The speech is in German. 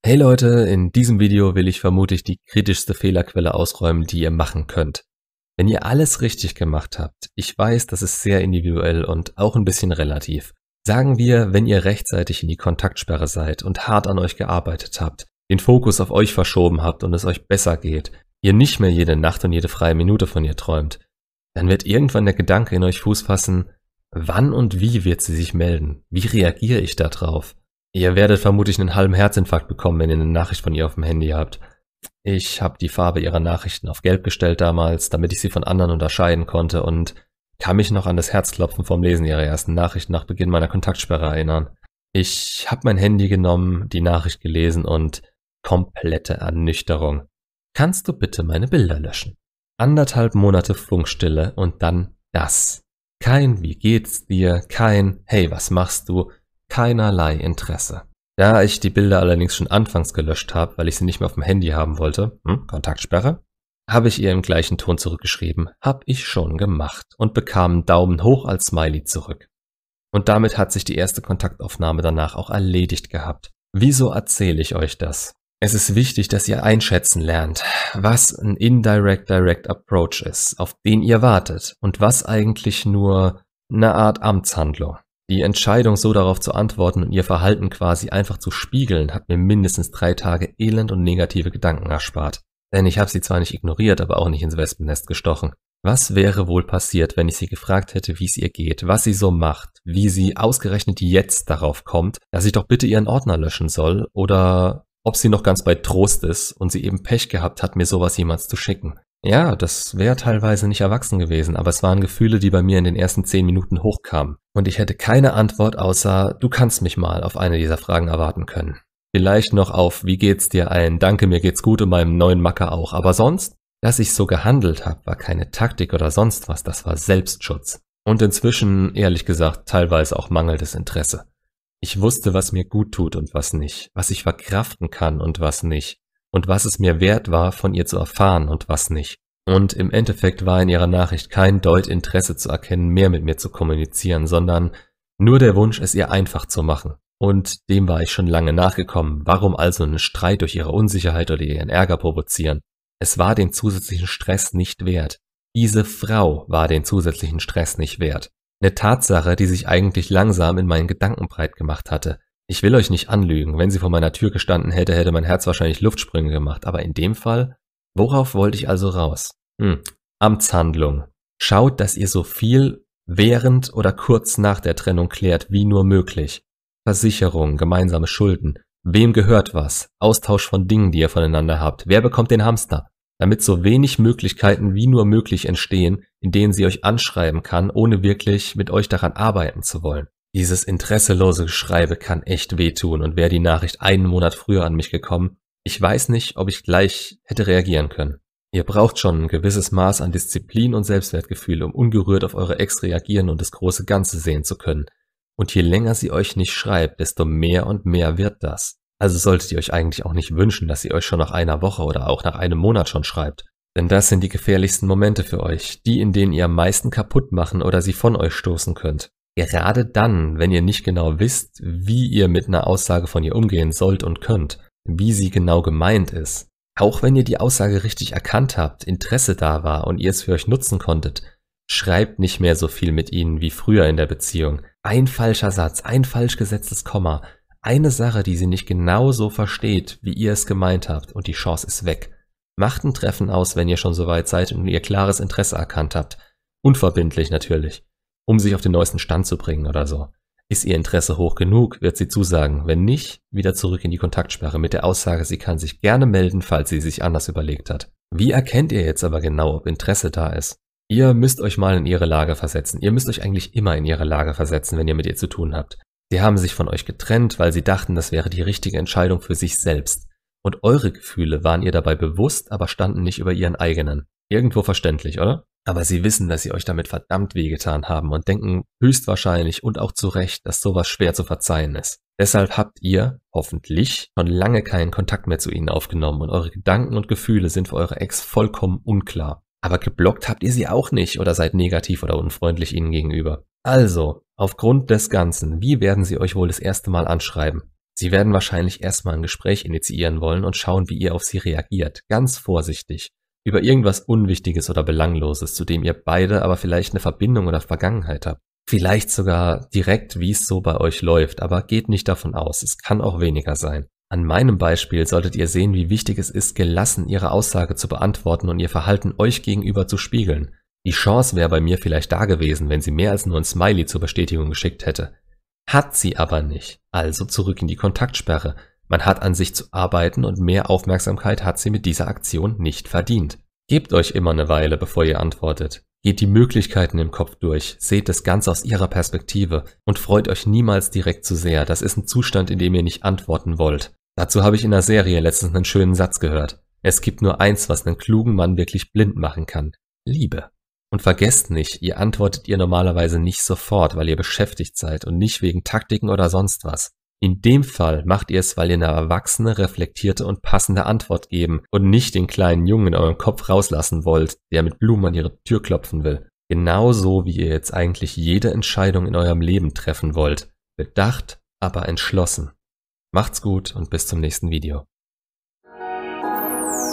Hey Leute, in diesem Video will ich vermutlich die kritischste Fehlerquelle ausräumen, die ihr machen könnt. Wenn ihr alles richtig gemacht habt, ich weiß, das ist sehr individuell und auch ein bisschen relativ. Sagen wir, wenn ihr rechtzeitig in die Kontaktsperre seid und hart an euch gearbeitet habt, den Fokus auf euch verschoben habt und es euch besser geht, ihr nicht mehr jede Nacht und jede freie Minute von ihr träumt, dann wird irgendwann der Gedanke in euch Fuß fassen, wann und wie wird sie sich melden? Wie reagiere ich da drauf? Ihr werdet vermutlich einen halben Herzinfarkt bekommen, wenn ihr eine Nachricht von ihr auf dem Handy habt. Ich habe die Farbe ihrer Nachrichten auf Gelb gestellt damals, damit ich sie von anderen unterscheiden konnte und kann mich noch an das Herzklopfen vom Lesen ihrer ersten Nachricht nach Beginn meiner Kontaktsperre erinnern. Ich habe mein Handy genommen, die Nachricht gelesen und komplette Ernüchterung. Kannst du bitte meine Bilder löschen? 1,5 Monate Funkstille und dann das. Kein Wie geht's dir, kein Hey, was machst du? Keinerlei Interesse. Da ich die Bilder allerdings schon anfangs gelöscht habe, weil ich sie nicht mehr auf dem Handy haben wollte, Kontaktsperre, habe ich ihr im gleichen Ton zurückgeschrieben, hab ich schon gemacht und bekam einen Daumen hoch als Smiley zurück. Und damit hat sich die erste Kontaktaufnahme danach auch erledigt gehabt. Wieso erzähle ich euch das? Es ist wichtig, dass ihr einschätzen lernt, was ein Indirect Approach ist, auf den ihr wartet und was eigentlich nur eine Art Amtshandlung. Die Entscheidung, so darauf zu antworten und ihr Verhalten quasi einfach zu spiegeln, hat mir mindestens 3 Tage Elend und negative Gedanken erspart. Denn ich habe sie zwar nicht ignoriert, aber auch nicht ins Wespennest gestochen. Was wäre wohl passiert, wenn ich sie gefragt hätte, wie es ihr geht, was sie so macht, wie sie ausgerechnet jetzt darauf kommt, dass ich doch bitte ihren Ordner löschen soll oder ob sie noch ganz bei Trost ist und sie eben Pech gehabt hat, mir sowas jemals zu schicken. Ja, das wäre teilweise nicht erwachsen gewesen, aber es waren Gefühle, die bei mir in den ersten 10 Minuten hochkamen. Und ich hätte keine Antwort außer, du kannst mich mal auf eine dieser Fragen erwarten können. Vielleicht noch auf, wie geht's dir ein, danke, mir geht's gut und meinem neuen Macker auch. Aber sonst, dass ich so gehandelt habe, war keine Taktik oder sonst was, das war Selbstschutz. Und inzwischen, ehrlich gesagt, teilweise auch mangelndes Interesse. Ich wusste, was mir gut tut und was nicht, was ich verkraften kann und was nicht. Und was es mir wert war, von ihr zu erfahren und was nicht. Und im Endeffekt war in ihrer Nachricht kein Deut Interesse zu erkennen, mehr mit mir zu kommunizieren, sondern nur der Wunsch, es ihr einfach zu machen. Und dem war ich schon lange nachgekommen. Warum also einen Streit durch ihre Unsicherheit oder ihren Ärger provozieren? Es war den zusätzlichen Stress nicht wert. Diese Frau war den zusätzlichen Stress nicht wert. Eine Tatsache, die sich eigentlich langsam in meinen Gedanken breit gemacht hatte. Ich will euch nicht anlügen, wenn sie vor meiner Tür gestanden hätte, hätte mein Herz wahrscheinlich Luftsprünge gemacht, aber in dem Fall, worauf wollte ich also raus? Amtshandlung. Schaut, dass ihr so viel während oder kurz nach der Trennung klärt, wie nur möglich. Versicherung, gemeinsame Schulden, wem gehört was, Austausch von Dingen, die ihr voneinander habt, wer bekommt den Hamster, damit so wenig Möglichkeiten wie nur möglich entstehen, in denen sie euch anschreiben kann, ohne wirklich mit euch daran arbeiten zu wollen. Dieses interesselose Geschreibe kann echt wehtun und wäre die Nachricht 1 Monat früher an mich gekommen, ich weiß nicht, ob ich gleich hätte reagieren können. Ihr braucht schon ein gewisses Maß an Disziplin und Selbstwertgefühl, um ungerührt auf eure Ex reagieren und das große Ganze sehen zu können. Und je länger sie euch nicht schreibt, desto mehr und mehr wird das. Also solltet ihr euch eigentlich auch nicht wünschen, dass sie euch schon nach einer Woche oder auch nach einem Monat schon schreibt. Denn das sind die gefährlichsten Momente für euch, die, in denen ihr am meisten kaputt machen oder sie von euch stoßen könnt. Gerade dann, wenn ihr nicht genau wisst, wie ihr mit einer Aussage von ihr umgehen sollt und könnt, wie sie genau gemeint ist. Auch wenn ihr die Aussage richtig erkannt habt, Interesse da war und ihr es für euch nutzen konntet, schreibt nicht mehr so viel mit ihnen wie früher in der Beziehung. Ein falscher Satz, ein falsch gesetztes Komma, eine Sache, die sie nicht genau so versteht, wie ihr es gemeint habt und die Chance ist weg. Macht ein Treffen aus, wenn ihr schon so weit seid und ihr klares Interesse erkannt habt. Unverbindlich natürlich. Um sich auf den neuesten Stand zu bringen oder so. Ist ihr Interesse hoch genug, wird sie zusagen. Wenn nicht, wieder zurück in die Kontaktsperre mit der Aussage, sie kann sich gerne melden, falls sie sich anders überlegt hat. Wie erkennt ihr jetzt aber genau, ob Interesse da ist? Ihr müsst euch mal in ihre Lage versetzen. Ihr müsst euch eigentlich immer in ihre Lage versetzen, wenn ihr mit ihr zu tun habt. Sie haben sich von euch getrennt, weil sie dachten, das wäre die richtige Entscheidung für sich selbst. Und eure Gefühle waren ihr dabei bewusst, aber standen nicht über ihren eigenen. Irgendwo verständlich, oder? Aber sie wissen, dass sie euch damit verdammt wehgetan haben und denken höchstwahrscheinlich und auch zu Recht, dass sowas schwer zu verzeihen ist. Deshalb habt ihr, hoffentlich, schon lange keinen Kontakt mehr zu ihnen aufgenommen und eure Gedanken und Gefühle sind für eure Ex vollkommen unklar. Aber geblockt habt ihr sie auch nicht oder seid negativ oder unfreundlich ihnen gegenüber. Also, aufgrund des Ganzen, wie werden sie euch wohl das erste Mal anschreiben? Sie werden wahrscheinlich erstmal ein Gespräch initiieren wollen und schauen, wie ihr auf sie reagiert. Ganz vorsichtig. Über irgendwas Unwichtiges oder Belangloses, zu dem ihr beide aber vielleicht eine Verbindung oder Vergangenheit habt. Vielleicht sogar direkt, wie es so bei euch läuft, aber geht nicht davon aus. Es kann auch weniger sein. An meinem Beispiel solltet ihr sehen, wie wichtig es ist, gelassen ihre Aussage zu beantworten und ihr Verhalten euch gegenüber zu spiegeln. Die Chance wäre bei mir vielleicht da gewesen, wenn sie mehr als nur ein Smiley zur Bestätigung geschickt hätte. Hat sie aber nicht, also zurück in die Kontaktsperre. Man hat an sich zu arbeiten und mehr Aufmerksamkeit hat sie mit dieser Aktion nicht verdient. Gebt euch immer eine Weile, bevor ihr antwortet. Geht die Möglichkeiten im Kopf durch, seht das Ganze aus ihrer Perspektive und freut euch niemals direkt zu sehr. Das ist ein Zustand, in dem ihr nicht antworten wollt. Dazu habe ich in der Serie letztens einen schönen Satz gehört. Es gibt nur eins, was einen klugen Mann wirklich blind machen kann. Liebe. Und vergesst nicht, ihr antwortet ihr normalerweise nicht sofort, weil ihr beschäftigt seid und nicht wegen Taktiken oder sonst was. In dem Fall macht ihr es, weil ihr eine erwachsene, reflektierte und passende Antwort geben und nicht den kleinen Jungen in eurem Kopf rauslassen wollt, der mit Blumen an ihre Tür klopfen will. Genauso wie ihr jetzt eigentlich jede Entscheidung in eurem Leben treffen wollt. Bedacht, aber entschlossen. Macht's gut und bis zum nächsten Video.